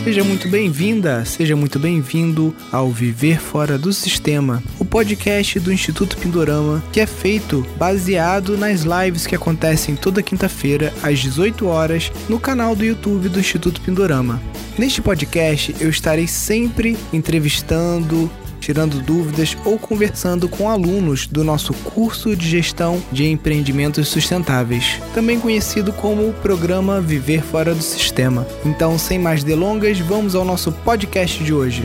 Seja muito bem-vinda, seja muito bem-vindo ao Viver Fora do Sistema, o podcast do Instituto Pindorama, que é feito baseado nas lives que acontecem toda quinta-feira, às 18 horas, no canal do YouTube do Instituto Pindorama. Neste podcast, eu estarei sempre entrevistando, tirando dúvidas ou conversando com alunos do nosso curso de gestão de empreendimentos sustentáveis, também conhecido como o programa Viver Fora do Sistema. Então, sem mais delongas, vamos ao nosso podcast de hoje.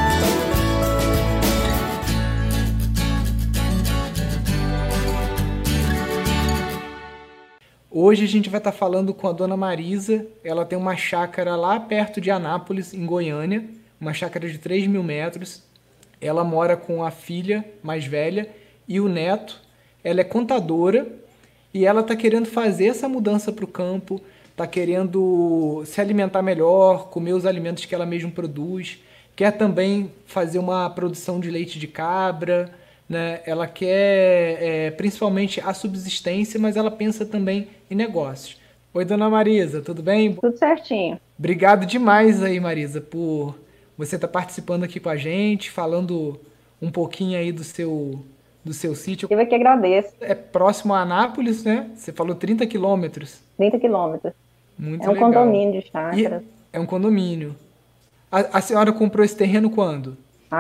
Hoje a gente vai estar falando com a dona Marisa. Ela tem uma chácara lá perto de Anápolis, em Goiânia, uma chácara de 3.000 metros. Ela mora com a filha mais velha e o neto. Ela é contadora e ela está querendo fazer essa mudança para o campo, está querendo se alimentar melhor, comer os alimentos que ela mesma produz, quer também fazer uma produção de leite de cabra, né? Ela quer principalmente a subsistência, mas ela pensa também em negócios. Oi, dona Marisa, tudo bem? Tudo certinho. Obrigado demais aí, Marisa, por você está participando aqui com a gente, falando um pouquinho aí do seu sítio. Eu é que agradeço. É próximo a Anápolis, né? Você falou 30 quilômetros. 30 quilômetros. Muito É um legal. condomínio de chácaras. É um condomínio. A senhora comprou esse terreno quando?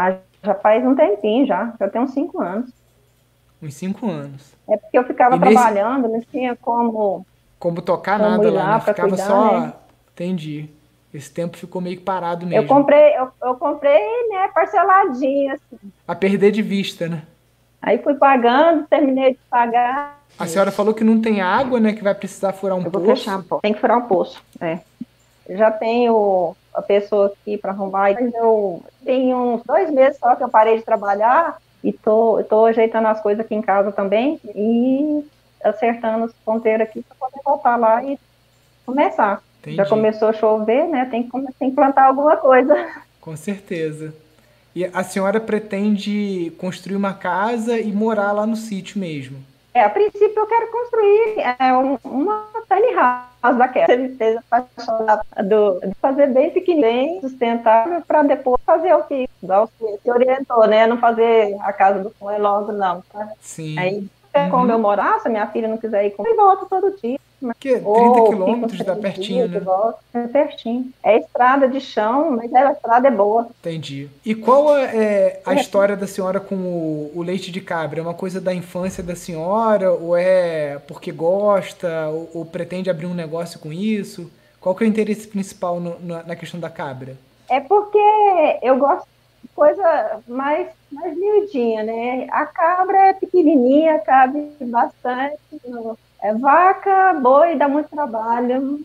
Já faz um tempinho já. Já tem uns 5 anos. Uns 5 anos. É porque eu ficava trabalhando, não tinha como tocar nada lá, né? Ficava cuidar, só... né? Entendi. Esse tempo ficou meio que parado mesmo. Eu comprei, né, parceladinho, assim. A perder de vista, né? Aí fui pagando, terminei de pagar. A senhora falou que não tem água, né? Que vai precisar furar um poço. Eu vou fechar um poço. Tem que furar um poço, Eu já tenho a pessoa aqui para arrumar. Mas eu tenho uns 2 meses só que eu parei de trabalhar e tô ajeitando as coisas aqui em casa também e acertando os ponteiros aqui para poder voltar lá e começar. Entendi. Já começou a chover, né? Tem que plantar alguma coisa. Com certeza. E a senhora pretende construir uma casa e morar lá no sítio mesmo? A princípio eu quero construir uma tiny house daquela. Ele fez a paixão de fazer bem pequenininho, bem sustentável, para depois fazer o que se orientou, né? Não fazer a casa do sonho logo, não. Tá? Sim. Aí, quando eu morar, se a minha filha não quiser ir comigo, eu volto todo dia. Que 30 quilômetros dá pertinho, né? É pertinho. É estrada de chão, mas a estrada é boa. Entendi. E qual é a história da senhora com o leite de cabra? É uma coisa da infância da senhora? Ou é porque gosta? Ou pretende abrir um negócio com isso? Qual que é o interesse principal na questão da cabra? É porque eu gosto de coisa mais miudinha, né? A cabra é pequenininha, cabe bastante. Vaca, boi, dá muito trabalho.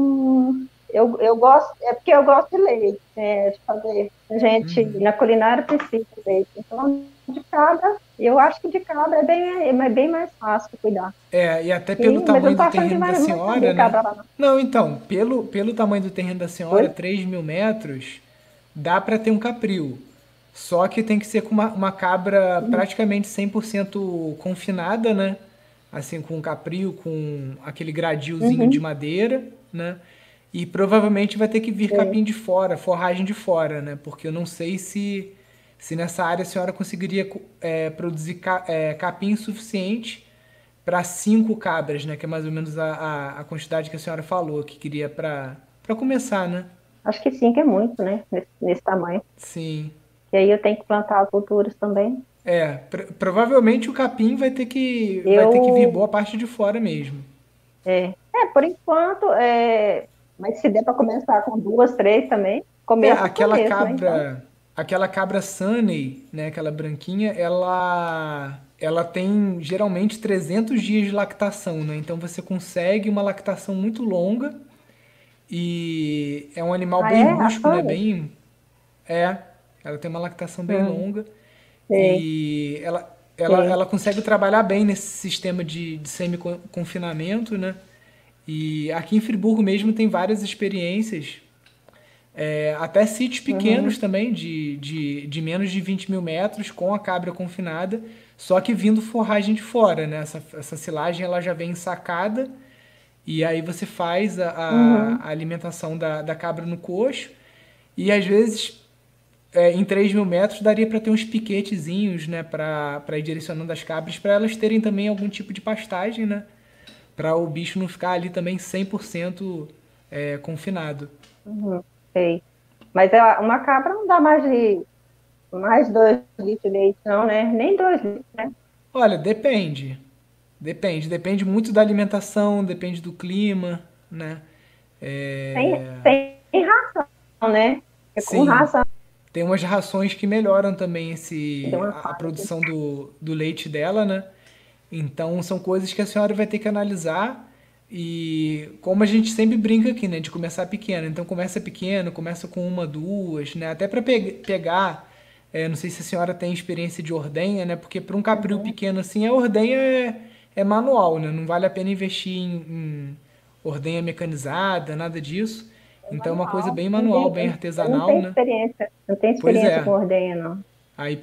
Eu gosto, é porque eu gosto de leite, de fazer. A gente, na culinária, precisa de leite. Então, de cabra, eu acho que de cabra é bem mais fácil de cuidar. E até pelo tamanho do terreno da senhora, né? Cabra, não, então, pelo tamanho do terreno da senhora, 3.000 metros, dá para ter um capril. Só que tem que ser com uma cabra praticamente 100% confinada, né? Assim, com um capril, com aquele gradilzinho de madeira, né? E provavelmente vai ter que vir capim de fora, forragem de fora, né? Porque eu não sei se nessa área a senhora conseguiria produzir capim suficiente para 5 cabras, né? Que é mais ou menos a quantidade que a senhora falou, que queria para começar, né? Acho que 5 é muito, né? Nesse tamanho. Sim. E aí eu tenho que plantar as culturas também. Provavelmente o capim vai ter que vir boa parte de fora mesmo. Por enquanto, mas se der para começar com 2, 3 também, começa aquela cabra, né, então. Aquela cabra Sunny, né, aquela branquinha, ela tem geralmente 300 dias de lactação, né? Então você consegue uma lactação muito longa e é um animal bem rústico, né? Ela tem uma lactação bem longa. E ela consegue trabalhar bem nesse sistema de semi-confinamento, né? E aqui em Friburgo mesmo tem várias experiências, até sítios pequenos também, de menos de 20.000 metros, com a cabra confinada, só que vindo forragem de fora, né? Essa silagem ela já vem ensacada, e aí você faz a alimentação da cabra no coxo, E às vezes, em 3.000 metros, daria para ter uns piquetezinhos, né, para ir direcionando as cabras, para elas terem também algum tipo de pastagem, né, para o bicho não ficar ali também 100% confinado. Uhum, sei. Mas uma cabra não dá mais 2 litros de leite, não, né? Nem 2 litros, né? Olha, depende. Depende muito da alimentação, depende do clima, né? Tem, É, tem ração, né? É com sim, ração tem umas rações que melhoram também de uma a fase. produção do leite dela, né? Então são coisas que a senhora vai ter que analisar e como a gente sempre brinca aqui, né? De começar pequeno. Então começa pequeno, começa com uma, duas, né? Até para pegar, não sei se a senhora tem experiência de ordenha, né? Porque para um capril Uhum. pequeno assim, a ordenha é manual, né? Não vale a pena investir em ordenha mecanizada, nada disso. É Então é uma coisa manual. bem manual, bem Eu não artesanal, tenho né? experiência. Não tenho Pois experiência com é. ordenha, não. Aí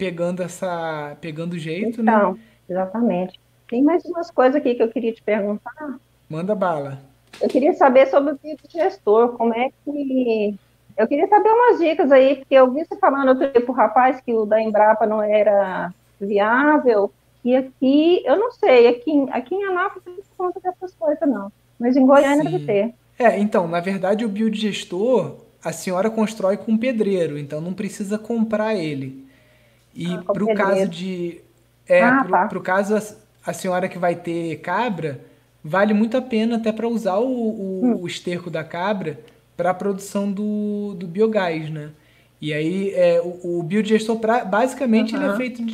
pegando o jeito, né? Então, exatamente. Tem mais umas coisas aqui que eu queria te perguntar. Manda bala. Eu queria saber sobre o biodigestor, como é que. Eu queria saber umas dicas aí, porque eu vi você falando outro dia pro rapaz que o da Embrapa não era viável, e aqui, eu não sei, aqui em Anápolis não tem conta dessas coisas, não. Mas em Goiânia deve Sim. ter. Então, na verdade, o biodigestor a senhora constrói com pedreiro, então não precisa comprar ele. E Ah, com pro caso pedreiro. de. Ah, tá. Pro caso a senhora que vai ter cabra, vale muito a pena até para usar Hum, o esterco da cabra para a produção do biogás, né? E aí o biodigestor basicamente ele é aham. feito de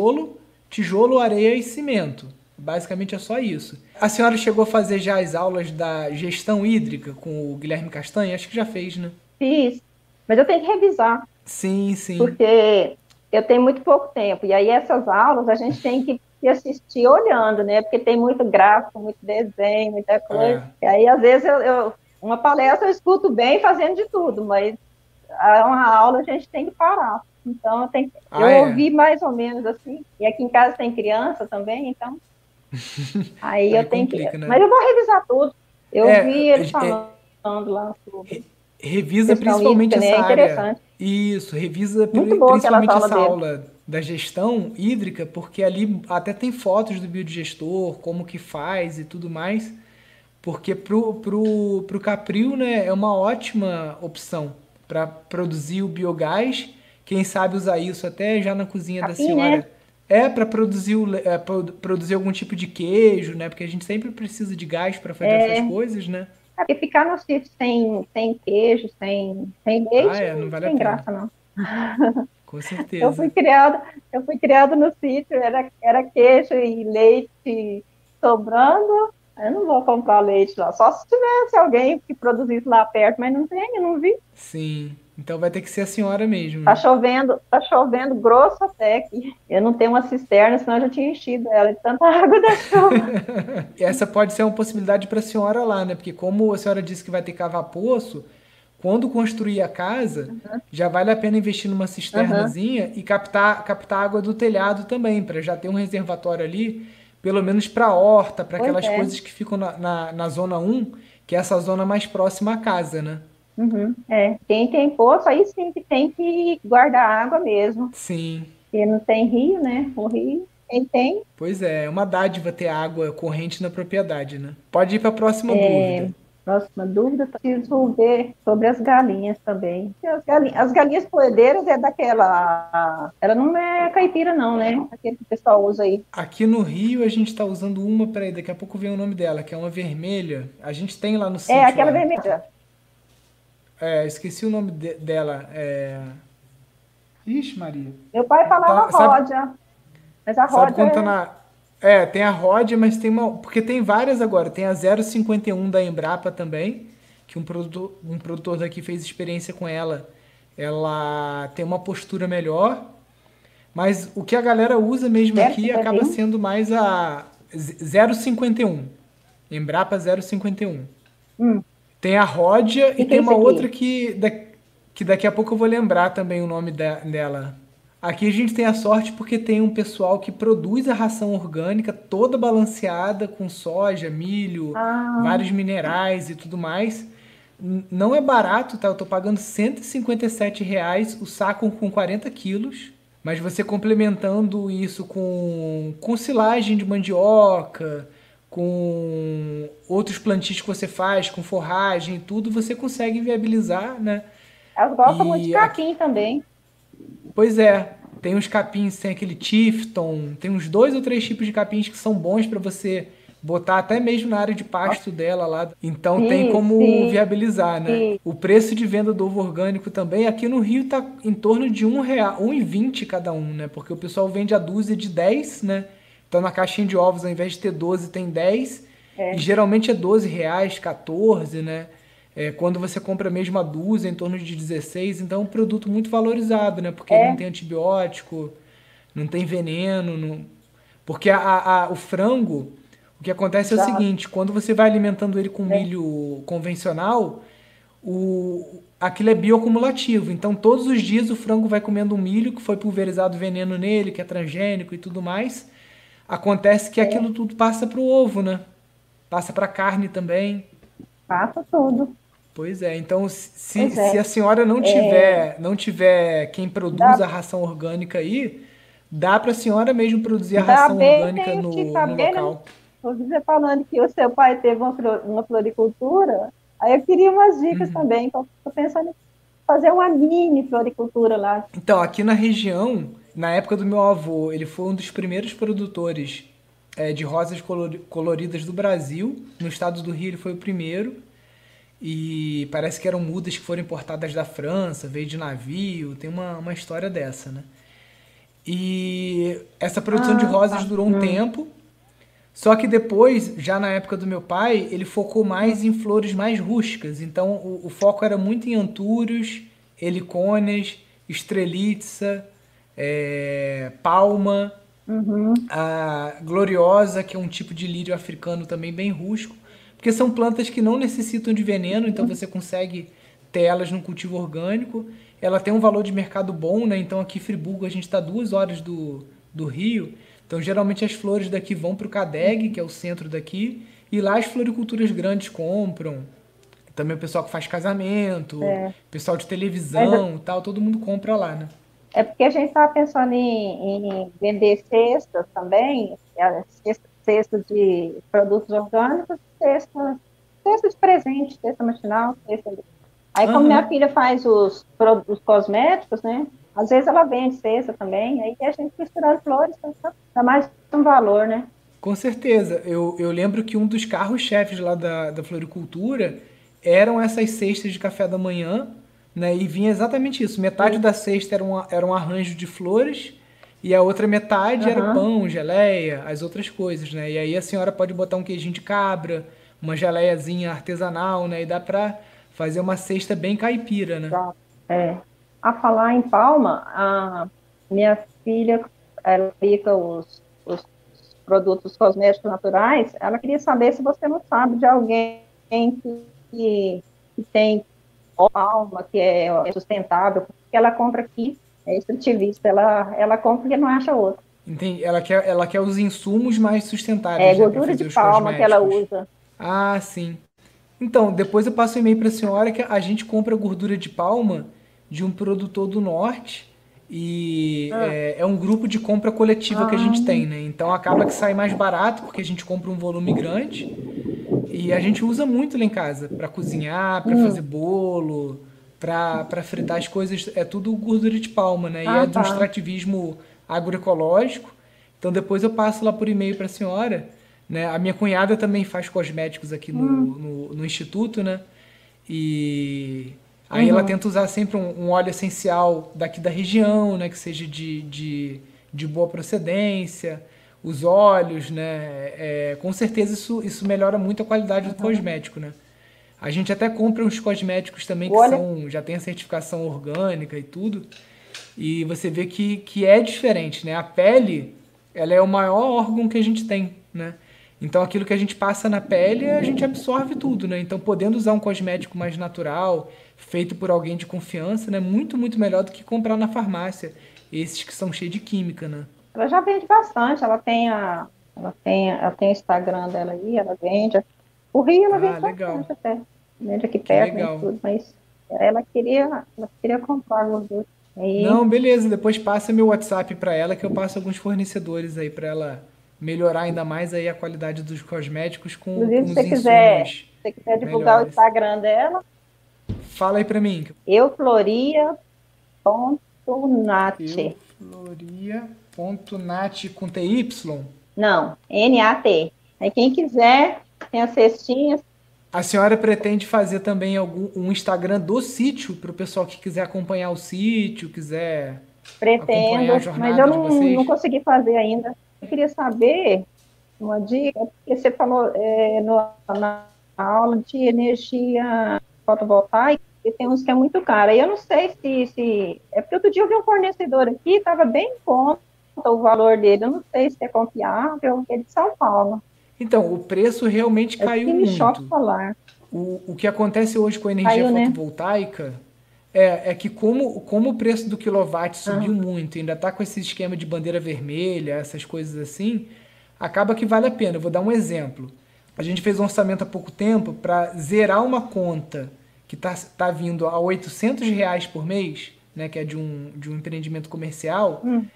tijolo, areia e cimento. Basicamente é só isso. A senhora chegou a fazer já as aulas da gestão hídrica com o Guilherme Castanha? Acho que já fez, né? Fiz. Mas eu tenho que revisar, Sim, sim. porque eu tenho muito pouco tempo. E aí essas aulas a gente tem que assistir olhando, né? Porque tem muito gráfico, muito desenho, muita coisa. É. E aí, às vezes, uma palestra eu escuto bem fazendo de tudo, mas uma aula a gente tem que parar. Então, eu Ah, é. ouvi mais ou menos assim. E aqui em casa tem criança também, então aí Aí eu tenho que. complica, né? Mas eu vou revisar tudo. Eu vi É, ele falando lá sobre revisa questão principalmente hídrica, né? essa É área. interessante. Isso, revisa Muito boa aquelas principalmente aulas essa dele. aula da gestão hídrica, porque ali até tem fotos do biodigestor, como que faz e tudo mais. Porque pro Capril, né, é uma ótima opção para produzir o biogás. Quem sabe usar isso até já na cozinha da Capim, né? senhora. É para produzir, produzir algum tipo de queijo, né? Porque a gente sempre precisa de gás para fazer essas É, coisas, né? porque ficar no sítio sem queijo, sem Ah, leite, não não vale a tem pena. graça, não. Com Eu fui certeza. criada, eu fui criada no sítio, era queijo e leite sobrando. Eu não vou comprar leite lá, só se tivesse alguém que produzisse lá perto, mas não tem, eu não vi. Sim. Então vai ter que ser a senhora mesmo, né? Tá chovendo grosso até aqui. Eu não tenho uma cisterna, senão eu já tinha enchido ela de tanta água da chuva. Essa pode ser uma possibilidade para a senhora lá, né? Porque como a senhora disse que vai ter que cavar poço, quando construir a casa, já vale a pena investir numa Aham. cisternazinha e captar água do telhado também, para já ter um reservatório ali, pelo menos para a horta, para Pois aquelas é. coisas que ficam na zona um, que é essa zona mais próxima à casa, né? Uhum. É. Quem tem poço, aí sim que tem que guardar água mesmo. Sim. Porque não tem rio, né? O rio, quem tem. Pois é uma dádiva ter água corrente na propriedade, né? Pode ir para a próxima dúvida. Próxima dúvida, preciso ver sobre as galinhas também. As galinhas poedeiras é daquela. Ela não é caipira, não, né? Aquele que o pessoal usa aí. Aqui no Rio a gente está usando uma, peraí, daqui a pouco vem o nome dela, que é uma vermelha. A gente tem lá no É, sítio aquela lá. vermelha. Esqueci o nome dela. Ixi, Maria. Meu pai falava Sabe, roja, mas a sabe roja quando tá é. na. Tem a Rod, mas tem uma. Porque tem várias agora. Tem a 051 da Embrapa também, que um produtor daqui fez experiência com ela. Ela tem uma postura melhor, mas o que a galera usa mesmo aqui acaba 0,51? sendo mais a 051. Embrapa 051. O Tem a Ródia e que tem é isso uma outra aqui? que daqui a pouco eu vou lembrar também o nome dela. Aqui a gente tem a sorte porque tem um pessoal que produz a ração orgânica toda balanceada com soja, milho, Ah, vários minerais e tudo mais. Não é barato, tá? Eu tô pagando R$ 157 o saco com 40 quilos. Mas você complementando isso com silagem de mandioca, com outros plantios que você faz, com forragem e tudo, você consegue viabilizar, né? Elas gostam muito de E aqui, capim também. pois é, tem uns capins, tem aquele Tifton, tem uns dois ou três tipos de capins que são bons para você botar até mesmo na área de pasto dela lá. Então tem Sim, como sim, viabilizar, né? O preço de venda do ovo orgânico também, aqui no Rio tá em torno de R$ 1, 1,20 cada um, né? Porque o pessoal vende a dúzia de 10, né? Então na caixinha de ovos, ao invés de ter 12, tem 10. E é, geralmente é R$ 12, 14, né? Quando você compra mesmo a dúzia, em torno de 16, então é um produto muito valorizado, né? Porque ele não é, tem antibiótico, não tem veneno, porque o frango, o que acontece é o já, seguinte, quando você vai alimentando ele com é, milho convencional, aquilo é bioacumulativo. Então todos os dias o frango vai comendo um milho que foi pulverizado veneno nele, que é transgênico e tudo mais. Acontece que é, aquilo tudo passa para o ovo, né? Passa para a carne também. passa tudo. Pois é, então se, Pois se é, a senhora é, não tiver quem produz da, a ração orgânica aí, dá para a senhora mesmo produzir a da ração abelha orgânica tem o tipo no abelha, né? local. Você falando que o seu pai teve uma floricultura, aí eu queria umas dicas também, estou pensando em fazer uma mini floricultura lá. Então, aqui na região, na época do meu avô, ele foi um dos primeiros produtores de rosas coloridas do Brasil. No estado do Rio, ele foi o primeiro. E parece que eram mudas que foram importadas da França, veio de navio, tem uma história dessa, né? E essa produção de Ah, rosas tá. durou um tempo, só que depois, já na época do meu pai, ele focou mais em flores mais rústicas. Então o foco era muito em antúrios, helicônias, estrelitza, palma, Uhum. a gloriosa, que é um tipo de lírio africano também bem rústico, porque são plantas que não necessitam de veneno, então você consegue ter elas num cultivo orgânico. Ela tem um valor de mercado bom, né? Então aqui em Friburgo a gente está 2 horas do Rio, então geralmente as flores daqui vão para o CADEG, que é o centro daqui, e lá as floriculturas grandes compram. Também o pessoal que faz casamento, É. pessoal de Mas televisão e tal, todo mundo compra lá, né? é porque a gente estava pensando em vender cestas também, cestas de produtos orgânicos, cesta de presente, cesta matinal, Aí, como minha Aham. filha faz os cosméticos, né? Às vezes ela vende cesta também, aí a gente misturando flores, dá mais um valor, né? Com certeza. Eu lembro que um dos carros-chefes lá da floricultura eram essas cestas de café da manhã, né? E vinha exatamente isso. Metade E, da cesta era um arranjo de flores e a outra metade era aham, pão, geleia, as outras coisas, né? E aí a senhora pode botar um queijinho de cabra, uma geleiazinha artesanal, né? E dá pra fazer uma cesta bem caipira, né? já, é. A falar em Palma, a minha filha, ela aplica os produtos cosméticos naturais, ela queria saber se você não sabe de alguém que tem Palma, que é sustentável, porque ela compra aqui, é extrativista, ela compra porque não acha outro. Entendi. Ela quer os insumos mais É sustentáveis, né? Pra gordura fazer de os palma que ela cosméticos. usa. Ah, sim. Então, depois eu passo um e-mail para a senhora que a gente compra gordura de palma de um produtor do norte e Ah, é um grupo de compra coletiva que a gente ah, tem, né? Então acaba que sai mais barato porque a gente compra um volume grande e a gente usa muito lá em casa para cozinhar, para fazer hum, bolo, para fritar as coisas. É tudo gordura de palma, né? E é de um tá. extrativismo agroecológico. Então depois eu passo lá por e-mail para a senhora, né? A minha cunhada também faz cosméticos aqui Hum, no instituto, né? E aí ela uhum. tenta usar sempre um óleo essencial daqui da região, né? Que seja de boa procedência. Os óleos, né? Com certeza isso melhora muito a qualidade do Uhum. cosmético, né? A gente até compra uns cosméticos também O que óleo, já tem a certificação orgânica e tudo. E você vê que é diferente, né? A pele, ela é o maior órgão que a gente tem, né? Então aquilo que a gente passa na pele, a gente absorve tudo, né? Então podendo usar um cosmético mais natural, feito por alguém de confiança, né? Muito, muito melhor do que comprar na farmácia. Esses que são cheios de química, né? ela já vende bastante, ela tem o Instagram dela aí, ela vende. O Rio ela Ah, vende legal. bastante até. vende aqui Que perto, né, legal. tudo, mas ela queria comprar alguns doces. Aí, Não, beleza. Depois passa meu WhatsApp para ela que eu passo alguns fornecedores aí para ela melhorar ainda mais aí a qualidade dos cosméticos inclusive, com os insumos se você quiser divulgar o melhores. Instagram dela, Fala aí para mim. eufloria.nat. Eufloria.nat com TY. Não, NAT. Aí quem quiser, tem as cestinhas, A senhora pretende fazer também um Instagram do sítio para o pessoal que quiser acompanhar o sítio, quiser acompanhar a pretendo, mas eu jornada de não vocês? consegui fazer ainda. Eu queria saber uma dica, porque você falou na aula de energia fotovoltaica, e tem uns que é muito caro. E eu não sei se. É porque outro dia eu vi um fornecedor aqui, estava bem em conta o valor dele. Eu não sei se é confiável, ele é de São Paulo. Então, o preço realmente É caiu Shop muito. Solar. O que acontece hoje com a energia Caiu, né? fotovoltaica é que como o preço do quilowatt subiu Ah, muito, ainda está com esse esquema de bandeira vermelha, essas coisas assim, acaba que vale a pena. Eu vou dar um exemplo. A gente fez um orçamento há pouco tempo para zerar uma conta que tá vindo a R$ 800 por mês, né, que é de um empreendimento comercial, hum,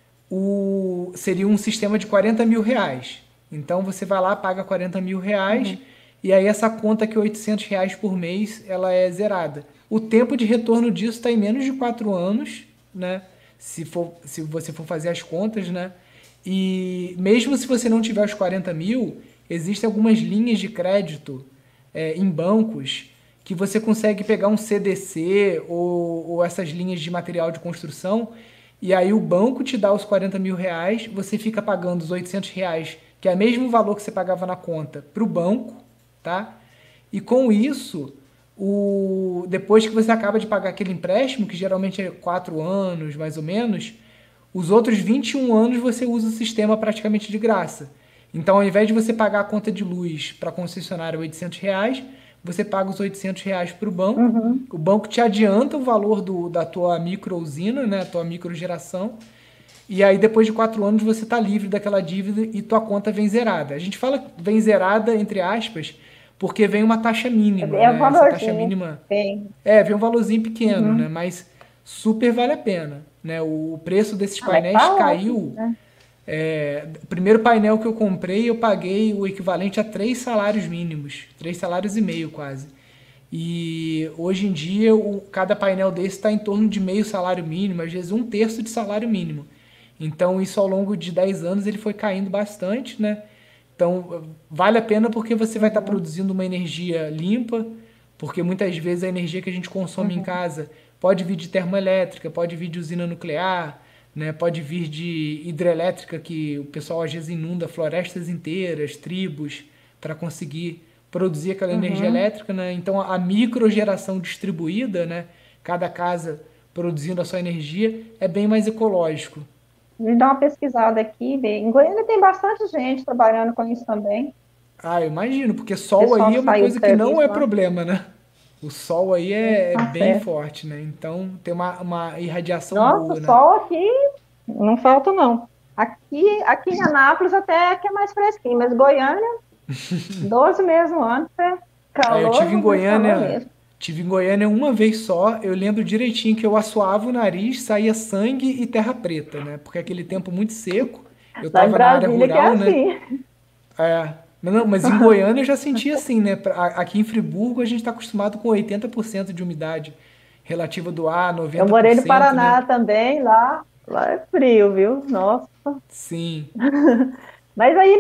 seria um sistema de R$ 40.000. Então você vai lá, paga R$ 40.000 uhum, e aí essa conta que é R$ 800 por mês, ela é zerada. O tempo de retorno disso está em menos de 4 anos, né? Se você for fazer as contas, né? E mesmo se você não tiver os 40 mil, existem algumas linhas de crédito em bancos que você consegue pegar um CDC ou essas linhas de material de construção e aí o banco te dá os R$ 40.000, você fica pagando os R$ 800, que é o mesmo valor que você pagava na conta, para o banco, tá? E com isso, depois que você acaba de pagar aquele empréstimo, que geralmente é 4 anos, mais ou menos, os outros 21 anos você usa o sistema praticamente de graça. Então, ao invés de você pagar a conta de luz para a concessionária R$ 800, você paga os R$ 800 para o banco. uhum. O banco te adianta o valor da tua micro usina, né, a tua micro geração. E aí, depois de 4 anos, você está livre daquela dívida e tua conta vem zerada. A gente fala vem zerada, entre aspas, porque vem uma taxa mínima, É o né? Essa taxa valorzinho. mínima Tem. vem um valorzinho pequeno, né? Uhum. Mas super vale a pena, né? O preço desses Ah, mas painéis tá ótimo, caiu. né? O primeiro painel que eu comprei, eu paguei o equivalente a 3 salários mínimos, 3,5 salários quase. E hoje em dia, cada painel desse está em torno de meio salário mínimo, às vezes um terço de salário mínimo. Então, isso ao longo de 10 anos ele foi caindo bastante, né? Então, vale a pena porque você vai estar Uhum, produzindo uma energia limpa, porque muitas vezes a energia que a gente consome em uhum, casa pode vir de termoelétrica, pode vir de usina nuclear, né? Pode vir de hidrelétrica, que o pessoal às vezes inunda florestas inteiras, tribos, para conseguir produzir aquela energia uhum. elétrica, né? Então a microgeração distribuída, né? Cada casa produzindo a sua energia é bem mais ecológico. Me dá uma pesquisada aqui, vê. Em Goiânia tem bastante gente trabalhando com isso também. Ah, eu imagino, porque O sol pessoal aí é que uma saiu do coisa que não serviço é lá. problema, né? O sol aí é Tá bem certo. forte, né? Então tem uma irradiação Nossa, o boa, né? sol aqui não falta, não. Aqui em Anápolis até que é mais fresquinho, mas Goiânia, 12 meses no ano, é Eu calor, mas calor mesmo. tive em Goiânia uma vez só. Eu lembro direitinho que eu assoava o nariz, saía sangue e terra preta, né? Porque aquele tempo muito seco. Eu Lá em tava na área Brasília que é rural, né? assim. Não, mas em Goiânia eu já senti assim, né? Aqui em Friburgo a gente está acostumado com 80% de umidade relativa do ar, Eu morei no 90%, né? Paraná também, lá é frio, viu? Nossa. Sim. Mas aí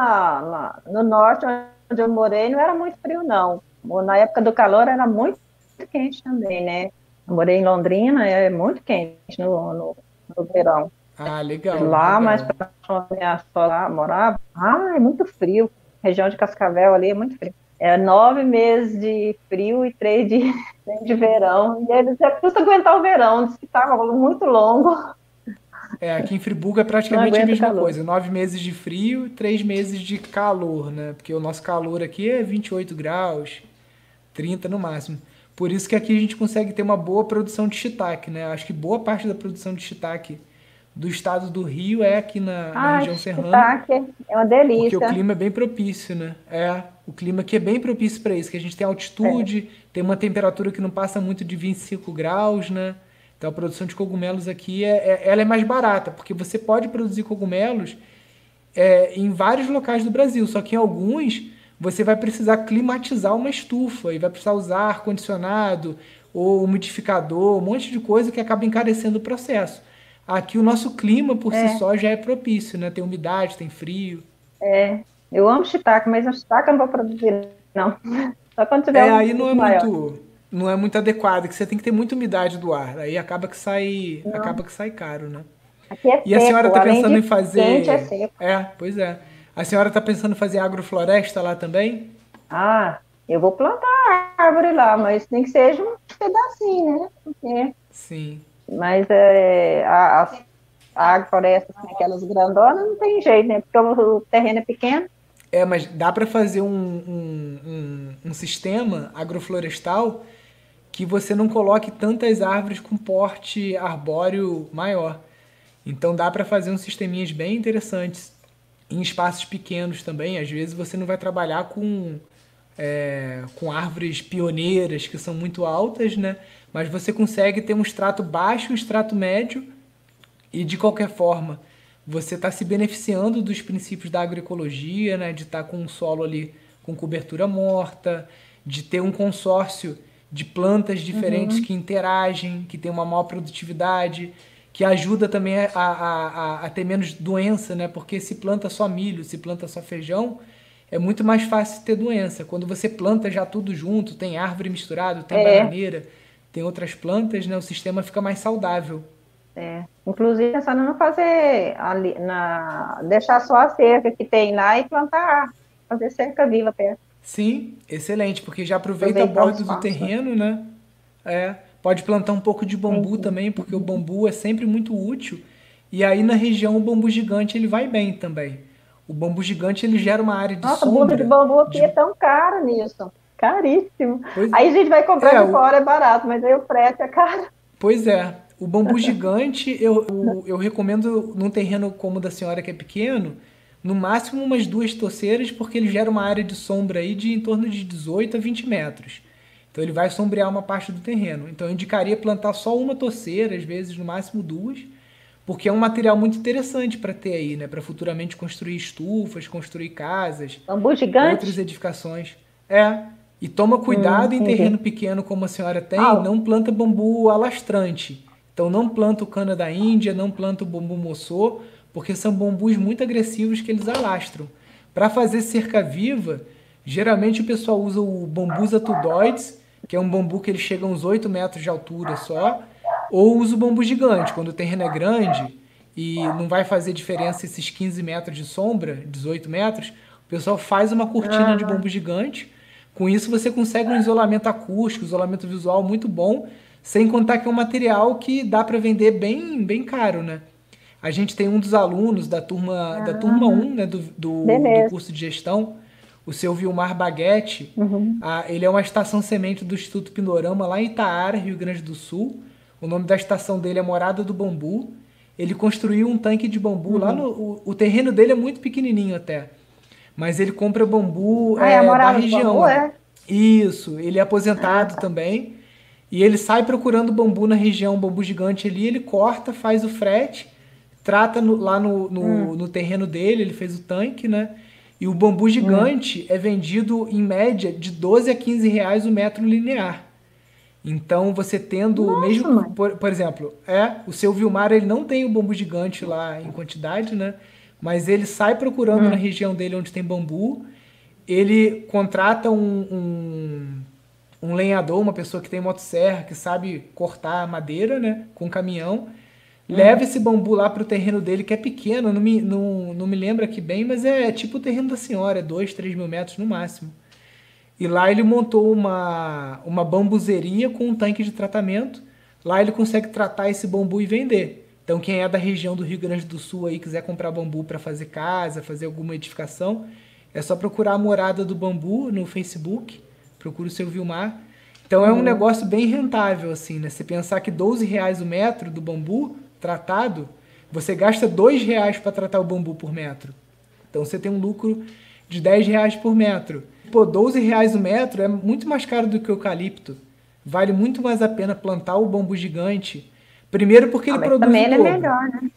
no norte, onde eu morei, não era muito frio, não. Na época do calor era muito quente também, né? Eu morei em Londrina, é muito quente no verão. Ah, legal, Lá, mais legal. para onde minha sogra morava, é muito frio. Região de Cascavel ali é muito frio. É 9 meses de frio e 3 de verão. E eles já custa aguentar o verão, diz que estava muito longo, Aqui em Friburgo é não praticamente a aguenta o mesma calor. coisa. 9 meses de frio e 3 meses de calor, né? Porque o nosso calor aqui é 28 graus, 30 no máximo. Por isso que aqui a gente consegue ter uma boa produção de shiitake, né? Acho que boa parte da produção de shiitake do estado do Rio é aqui na Ah, região serrana, shiitake é uma porque o delícia. clima é bem propício, né? O clima aqui é bem propício para isso, que a gente tem altitude, tem uma temperatura que não passa muito de 25 graus, né? Então a produção de cogumelos aqui ela é mais barata, porque você pode produzir cogumelos em vários locais do Brasil, só que em alguns você vai precisar climatizar uma estufa e vai precisar usar ar-condicionado ou umidificador, um monte de coisa que acaba encarecendo o processo. Aqui o nosso clima por si só já é propício, né? Tem umidade, tem frio. Eu amo shiitake, mas o shiitake eu não vou produzir, não. Só quando tiver um Aí maior. não é muito adequado, que você tem que ter muita umidade do ar. Aí Não, acaba que sai caro, né? aqui é E a senhora seco, está além pensando em de quente, é fazer. seco. Pois é. A senhora está pensando em fazer agrofloresta lá também? Ah, eu vou plantar árvore lá, mas tem que seja um pedacinho, né? Sim. Mas a agrofloresta, assim, aquelas grandonas, não tem jeito, né? Porque o terreno é pequeno. Mas dá para fazer um sistema agroflorestal que você não coloque tantas árvores com porte arbóreo maior. Então dá para fazer uns sisteminhas bem interessantes em espaços pequenos também. Às vezes você não vai trabalhar com árvores pioneiras que são muito altas, né? Mas você consegue ter um extrato baixo, um extrato médio e de qualquer forma você está se beneficiando dos princípios da agroecologia, né? De estar com um solo ali com cobertura morta, de ter um consórcio de plantas diferentes que interagem, que tem uma maior produtividade, que ajuda também a ter menos doença, né? Porque se planta só milho, se planta só feijão, é muito mais fácil ter doença. Quando você planta já tudo junto, tem árvore misturado, tem É, bananeira, tem outras plantas, né? O sistema fica mais saudável. inclusive pensando em não fazer ali, deixar só a cerca que tem lá e plantar, fazer cerca viva perto, Sim, excelente, porque já aproveita a aproveitar o borda do espaço, né? terreno, né? Pode plantar um pouco de bambu Uhum. também, porque o bambu é sempre muito útil. E aí na região o bambu gigante ele vai bem também. O bambu gigante ele gera uma área de Nossa, blusa de sombra. bambu aqui é De... tão cara, Nilson. Caríssimo. Pois Aí a gente vai comprar é, de o... fora, é barato, mas aí o frete é caro. pois é. O bambu gigante eu recomendo num terreno como o da senhora que é pequeno, no máximo umas duas toceiras, porque ele gera uma área de sombra aí de em torno de 18 a 20 metros. Então ele vai sombrear uma parte do terreno. Então eu indicaria plantar só uma toceira, às vezes no máximo duas, porque é um material muito interessante para ter aí, né? Para futuramente construir estufas, construir casas, Bambu outras gigante? edificações. E toma cuidado em terreno Entendi. pequeno como a senhora tem, Ah, não planta bambu alastrante. Então não planta o cana da Índia, não planta o bambu moçô, porque são bambus muito agressivos que eles alastram. Para fazer cerca viva, geralmente o pessoal usa o bambus atudoides, que é um bambu que ele chega a uns 8 metros de altura só, ou usa o bambu gigante, quando o terreno é grande e não vai fazer diferença esses 15 metros de sombra, 18 metros, o pessoal faz uma cortina de ah, bambu gigante. Com isso você consegue um isolamento acústico, isolamento visual muito bom, sem contar que é um material que dá para vender bem, bem caro, né? A gente tem um dos alunos da turma ah, um, né, do beleza. curso de gestão, o seu Vilmar Baguete. Uhum. Ele é uma estação semente do Instituto Pindorama, lá em Itaara, Rio Grande do Sul. O nome da estação dele é Morada do Bambu. Ele construiu um tanque de bambu lá no. Uhum. O terreno dele é muito pequenininho até. Mas ele compra bambu Ah, é a da morada do região. bambu, é? Isso, ele é Ah, aposentado tá. também. E ele sai procurando bambu na região, bambu gigante ali, ele corta, faz o frete, trata lá Hum, no terreno dele, ele fez o tanque, né? E o bambu hum. gigante é vendido em média de 12 a 15 reais o metro linear. Então você tendo, mesmo Nossa, que, mãe. por exemplo, o seu Vilmar ele não tem o bambu gigante lá em quantidade, né? Mas ele sai procurando na Hum. região dele onde tem bambu, ele contrata um lenhador, uma pessoa que tem motosserra, que sabe cortar madeira, né, com caminhão, leva Uhum. esse bambu lá pro terreno dele, que é pequeno, não me lembro aqui bem, mas é tipo o terreno da senhora, é 2, 3 mil metros no máximo. E lá ele montou uma bambuzeria com um tanque de tratamento. Lá ele consegue tratar esse bambu e vender. Então quem é da região do Rio Grande do Sul aí quiser comprar bambu para fazer casa, fazer alguma edificação, é só procurar a Morada do Bambu no Facebook, procura o seu Vilmar. Então é um Uhum. negócio bem rentável assim, né? Você pensar que 12 reais o metro do bambu tratado, você gasta 2 reais para tratar o bambu por metro. Então você tem um lucro de 10 reais por metro. pô, R$ 12 o metro é muito mais caro do que o eucalipto. Vale muito mais a pena plantar o bambu gigante. Primeiro porque Ah, ele mas produz também o ele é dobro. melhor, né?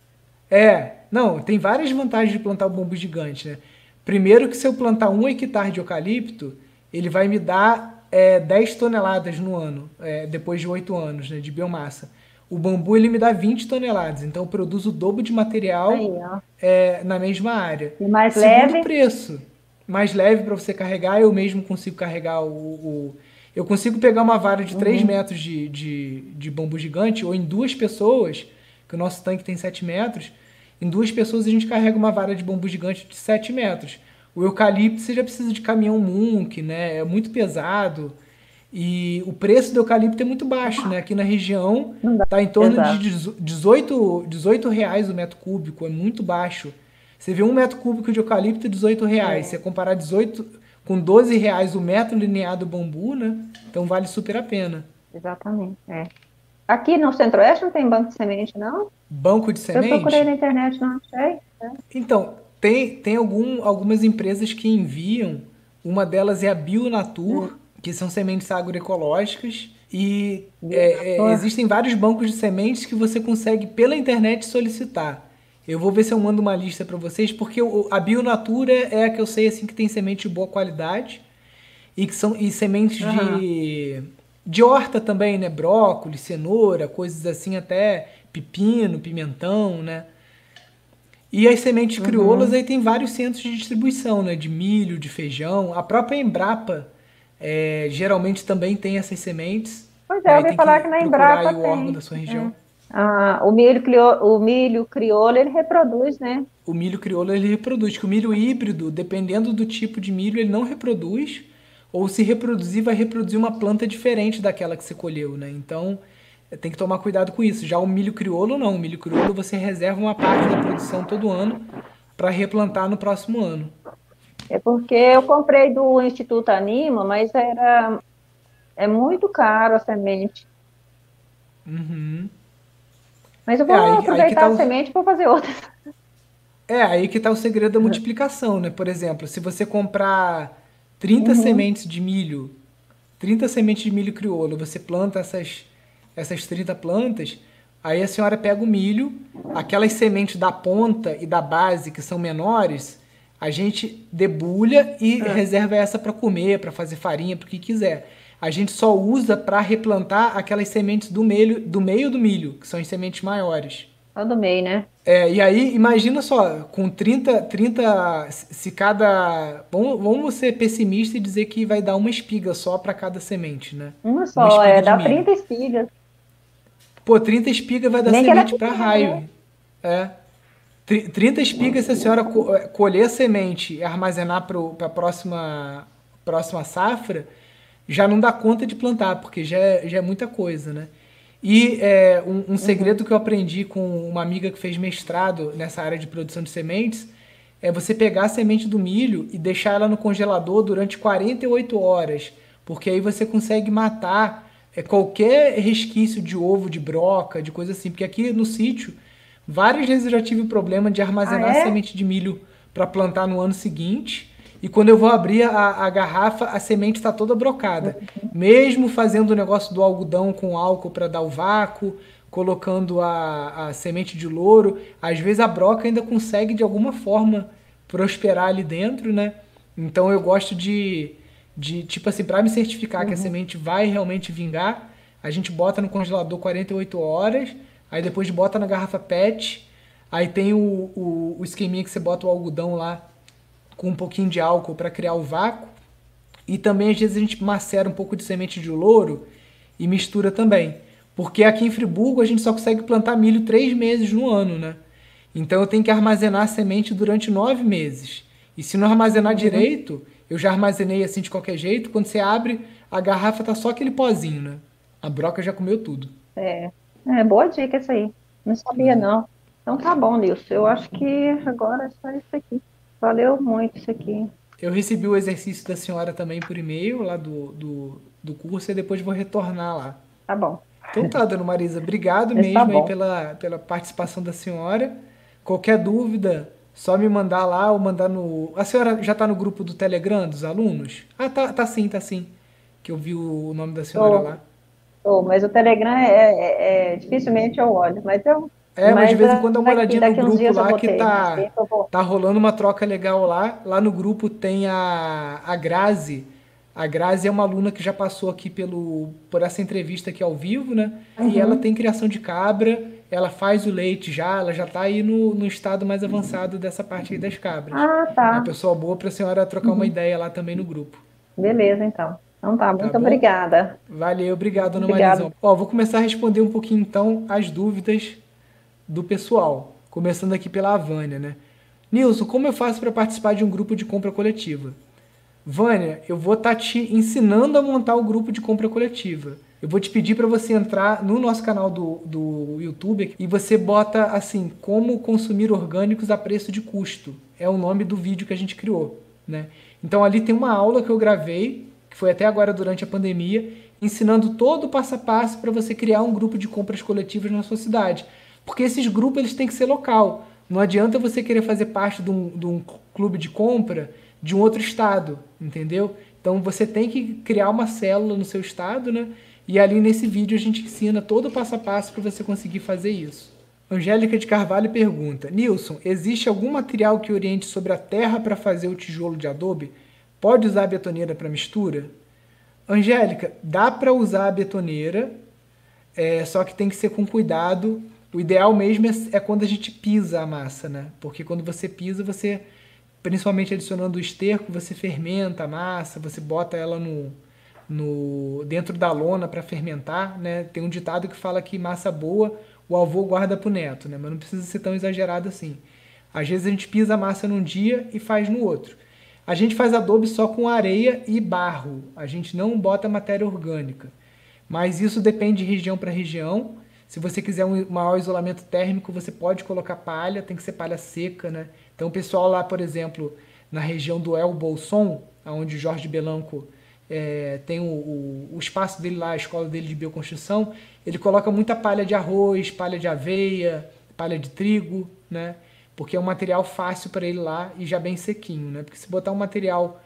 Não, tem várias vantagens de plantar o bambu gigante, né? Primeiro que se eu plantar 1 hectare de eucalipto, ele vai me dar 10 toneladas no ano, depois de 8 anos, né, de biomassa. O bambu ele me dá 20 toneladas, então eu produzo o dobro de Aí, material ó. na mesma área. E mais Segundo, leve? preço. Mais leve para você carregar, eu mesmo consigo carregar eu consigo pegar uma vara de 3 Uhum. metros de bambu gigante, ou em duas pessoas, que o nosso tanque tem 7 metros, em duas pessoas a gente carrega uma vara de bambu gigante de 7 metros. O eucalipto você já precisa de caminhão Munk, né? É muito pesado. E o preço do eucalipto é muito baixo, né? Aqui na região Não dá. está em torno de Exato. 18 reais o metro cúbico, é muito baixo. Você vê 1 metro cúbico de eucalipto, R$ 18. Você É, comparar 18 com R$ 12 o metro linear do bambu, né? Então vale super a pena. exatamente. É. Aqui no Centro-Oeste não tem banco de semente, não? Banco de Eu procurei semente? na internet, não achei. É. Então, tem algumas empresas que enviam, uma delas é a Hum, Bionatur, que são sementes agroecológicas, e Bionator. existem vários bancos de sementes que você consegue pela internet solicitar. Eu vou ver se eu mando uma lista para vocês, porque a Bionatura é a que eu sei assim que tem semente de boa qualidade e que são sementes Aham. de horta também, né? Brócolis, cenoura, coisas assim, até pepino, pimentão, né? E as sementes crioulas Uhum. aí tem vários centros de distribuição, né? De milho, de feijão. A própria Embrapa geralmente também tem essas sementes. Pois é, Né? eu Aí ouvi tem falar que que na procurar Embrapa aí o órgão da tem. sua região. É. Ah, o milho crioulo, ele reproduz, né? O milho crioulo ele reproduz, que o milho híbrido, dependendo do tipo de milho, ele não reproduz, ou se reproduzir, vai reproduzir uma planta diferente daquela que você colheu, né? Então, tem que tomar cuidado com isso. Já o milho crioulo não, o milho crioulo você reserva uma parte da produção todo ano para replantar no próximo ano. É porque eu comprei do Instituto Anima, mas é muito caro a semente. Uhum. Mas eu É, vou aí que aproveitar tá a o, semente para fazer outra. aí que tá o segredo da multiplicação, né? Por exemplo, se você comprar 30 Uhum. sementes de milho, 30 sementes de milho crioulo, você planta essas 30 plantas, aí a senhora pega o milho, aquelas sementes da ponta e da base que são menores, a gente debulha e Ah, reserva essa para comer, para fazer farinha, para o que quiser. A gente só usa para replantar aquelas sementes do meio do milho, que são as sementes maiores. só do meio, né? E aí, imagina só, com 30 se cada. Vamos ser pessimista e dizer que vai dar uma espiga só para cada semente, né? Uma Uma só, espiga de dá milho. 30 espigas. Pô, 30 espigas vai dar Nem que ela é semente para pequena, né? raio. É. 30 espigas, se a senhora colher a semente e armazenar para a próxima safra, já não dá conta de plantar, porque já é muita coisa, né? E um Uhum. segredo que eu aprendi com uma amiga que fez mestrado nessa área de produção de sementes é você pegar a semente do milho e deixar ela no congelador durante 48 horas, porque aí você consegue matar qualquer resquício de ovo, de broca, de coisa assim. Porque aqui no sítio, várias vezes eu já tive o problema de Ah, armazenar é? semente de milho para plantar no ano seguinte. E quando eu vou abrir a garrafa, a semente está toda brocada. Mesmo fazendo o negócio do algodão com álcool para dar o vácuo, colocando a semente de louro, às vezes a broca ainda consegue de alguma forma prosperar ali dentro, né? Então eu gosto de tipo assim, para me certificar que a Uhum. semente vai realmente vingar, a gente bota no congelador 48 horas, aí depois bota na garrafa PET, aí tem o esqueminha que você bota o algodão lá com um pouquinho de álcool para criar o vácuo. E também às vezes a gente macera um pouco de semente de louro e mistura também. Porque aqui em Friburgo a gente só consegue plantar milho 3 meses no ano, né? Então eu tenho que armazenar a semente durante 9 meses. E se não armazenar Uhum. direito, eu já armazenei assim de qualquer jeito, quando você abre, a garrafa tá só aquele pozinho, né? A broca já comeu tudo. É. É, boa dica essa aí. Não sabia, não. Então tá bom, Nilson. Eu acho que agora é só isso aqui. Valeu muito isso aqui. Eu recebi o exercício da senhora também por e-mail lá do curso e depois vou retornar lá. Tá bom. Então tá, dona Marisa, obrigado Mas tá mesmo aí bom. pela participação da senhora. Qualquer dúvida, Só me mandar lá ou mandar no... A senhora já está no grupo do Telegram dos alunos? Ah, tá sim, tá sim. Que eu vi o nome da senhora Tô, lá. mas o Telegram dificilmente eu olho, Mas de mas vez em quando dá uma olhadinha no daqui uns grupo dias eu lá vou que ter mais tempo, eu vou. tá rolando uma troca legal lá. Lá no grupo tem a Grazi. A Grazi é uma aluna que já passou aqui por essa entrevista aqui ao vivo, né? E ela Uhum. tem criação de cabra, ela faz o leite já, ela já tá aí no estado mais avançado dessa parte aí das cabras. Ah, É uma tá. pessoa boa para a senhora trocar uma Uhum. ideia lá também no grupo. Beleza, então. Então tá, Tá muito bom? obrigada. Valeu, obrigado, dona Obrigada. Marizão. Ó, vou começar a responder um pouquinho então as dúvidas do pessoal. Começando aqui pela Vânia, né? Nilson, como eu faço para participar de um grupo de compra coletiva? Vânia, eu vou estar te ensinando a montar o grupo de compra coletiva. Eu vou te pedir para você entrar no nosso canal do YouTube e você bota assim, como consumir orgânicos a preço de custo. É o nome do vídeo que a gente criou, né? Então ali tem uma aula que eu gravei, que foi até agora durante a pandemia, ensinando todo o passo a passo para você criar um grupo de compras coletivas na sua cidade. Porque esses grupos eles têm que ser local. Não adianta você querer fazer parte de um clube de compra de um outro estado, entendeu? Então você tem que criar uma célula no seu estado, né? E ali nesse vídeo a gente ensina todo o passo a passo para você conseguir fazer isso. Angélica de Carvalho pergunta: Nilson, existe algum material que oriente sobre a terra para fazer o tijolo de adobe? Pode usar a betoneira para mistura? Angélica, dá para usar a betoneira, só que tem que ser com cuidado. O ideal mesmo é quando a gente pisa a massa, né? Porque quando você pisa, você, principalmente adicionando o esterco, você fermenta a massa, você bota ela dentro da lona para fermentar, né? Tem um ditado que fala que massa boa o avô guarda pro neto, né? Mas não precisa ser tão exagerado assim. Às vezes a gente pisa a massa num dia e faz no outro. A gente faz adobe só com areia e barro. A gente não bota matéria orgânica. Mas isso depende de região para região. Se você quiser um maior isolamento térmico, você pode colocar palha, tem que ser palha seca, né? Então o pessoal lá, por exemplo, na região do El Bolson, onde o Jorge Belanco tem o espaço dele lá, a escola dele de bioconstrução, ele coloca muita palha de arroz, palha de aveia, palha de trigo, né? Porque é um material fácil para ele lá e já bem sequinho, né? Porque se botar um material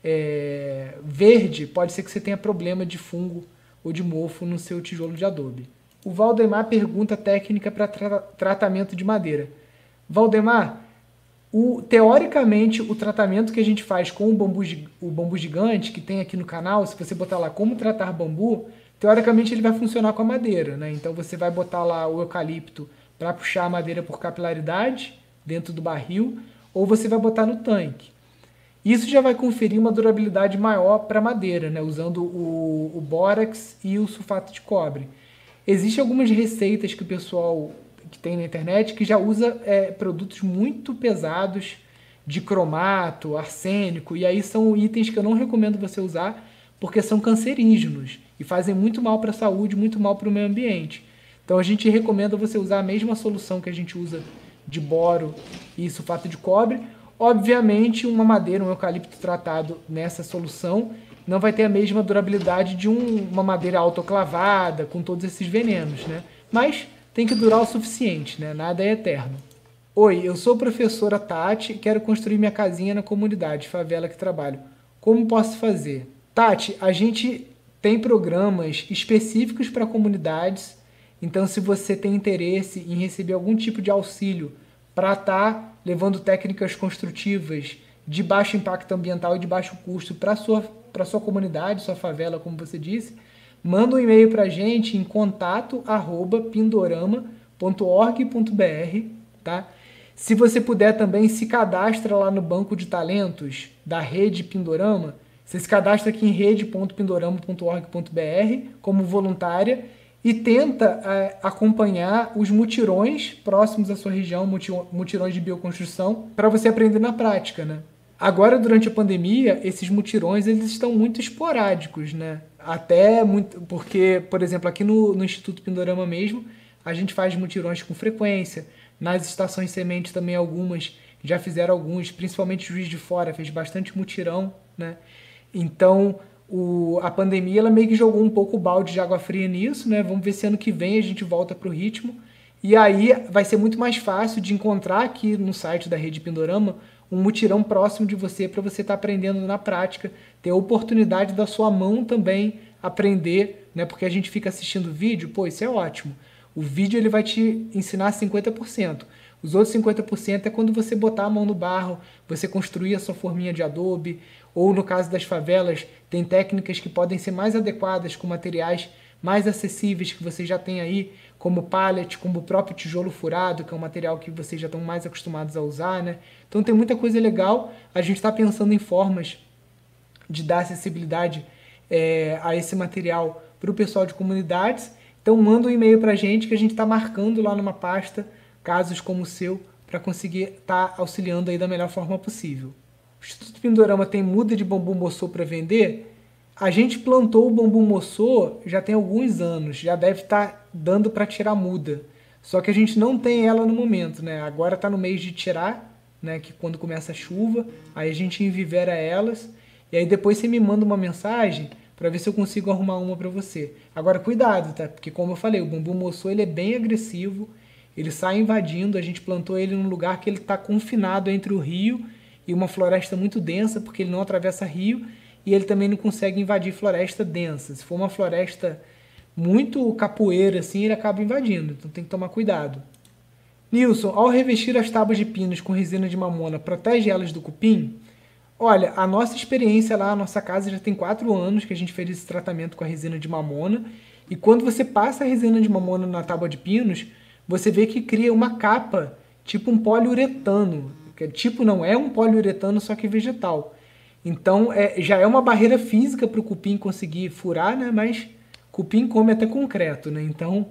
verde, pode ser que você tenha problema de fungo ou de mofo no seu tijolo de adobe. O Valdemar pergunta técnica para tratamento de madeira. Valdemar, teoricamente, o tratamento que a gente faz com o bambu gigante, que tem aqui no canal, se você botar lá como tratar bambu, teoricamente ele vai funcionar com a madeira, né? Então você vai botar lá o eucalipto para puxar a madeira por capilaridade dentro do barril, ou você vai botar no tanque. Isso já vai conferir uma durabilidade maior para a madeira, né? Usando o bórax e o sulfato de cobre. Existem algumas receitas que o pessoal que tem na internet que já usa produtos muito pesados de cromato, arsênico, e aí são itens que eu não recomendo você usar porque são cancerígenos e fazem muito mal para a saúde, muito mal para o meio ambiente. Então a gente recomenda você usar a mesma solução que a gente usa de boro e sulfato de cobre. Obviamente, uma madeira, um eucalipto tratado nessa solução não vai ter a mesma durabilidade de uma madeira autoclavada, com todos esses venenos, né? Mas tem que durar o suficiente, né? Nada é eterno. Oi, eu sou professora Tati e quero construir minha casinha na comunidade, favela que trabalho. Como posso fazer? Tati, a gente tem programas específicos para comunidades, então se você tem interesse em receber algum tipo de auxílio para estar levando técnicas construtivas de baixo impacto ambiental e de baixo custo para sua comunidade, sua favela, como você disse, manda um e-mail para a gente em contato@pindorama.org.br, tá? Se você puder também, se cadastra lá no banco de talentos da rede Pindorama. Você se cadastra aqui em rede.pindorama.org.br como voluntária e tenta acompanhar os mutirões próximos à sua região, mutirões de bioconstrução, para você aprender na prática, né? Agora, durante a pandemia, esses mutirões eles estão muito esporádicos, né? Até muito, porque, por exemplo, aqui no Instituto Pindorama mesmo, a gente faz mutirões com frequência. Nas estações sementes também algumas já fizeram alguns, principalmente Juiz de Fora fez bastante mutirão, né? Então, a pandemia ela meio que jogou um pouco o balde de água fria nisso, né? Vamos ver se ano que vem a gente volta para o ritmo. E aí vai ser muito mais fácil de encontrar aqui no site da Rede Pindorama um mutirão próximo de você para você estar aprendendo na prática, ter a oportunidade da sua mão também aprender, né? Porque a gente fica assistindo vídeo, pô, isso é ótimo. O vídeo ele vai te ensinar 50%. Os outros 50% é quando você botar a mão no barro, você construir a sua forminha de adobe, ou no caso das favelas, tem técnicas que podem ser mais adequadas com materiais mais acessíveis que você já tem aí, como pallet, como o próprio tijolo furado, que é um material que vocês já estão mais acostumados a usar, né? Então tem muita coisa legal. A gente está pensando em formas de dar acessibilidade a esse material para o pessoal de comunidades. Então manda um e-mail para a gente que a gente está marcando lá numa pasta casos como o seu para conseguir estar auxiliando aí da melhor forma possível. O Instituto Pindorama tem muda de bambu moçô para vender. A gente plantou o bambu moçô já tem alguns anos, já deve estar dando para tirar muda. Só que a gente não tem ela no momento, né? Agora está no mês de tirar, né? Que quando começa a chuva, aí a gente envivera elas. E aí depois você me manda uma mensagem para ver se eu consigo arrumar uma para você. Agora cuidado, tá? Porque como eu falei, o bambu moçô ele é bem agressivo, ele sai invadindo. A gente plantou ele num lugar que ele está confinado entre o rio e uma floresta muito densa, porque ele não atravessa rio. E ele também não consegue invadir floresta densa. Se for uma floresta muito capoeira, assim, ele acaba invadindo. Então tem que tomar cuidado. Nilson, ao revestir as tábuas de pinos com resina de mamona, protege elas do cupim? Olha, a nossa experiência lá, a nossa casa já tem 4 anos que a gente fez esse tratamento com a resina de mamona. E quando você passa a resina de mamona na tábua de pinos, você vê que cria uma capa, tipo um poliuretano. Tipo, não é um poliuretano, só que vegetal. Então, já é uma barreira física para o cupim conseguir furar, né? Mas cupim come até concreto, né? Então,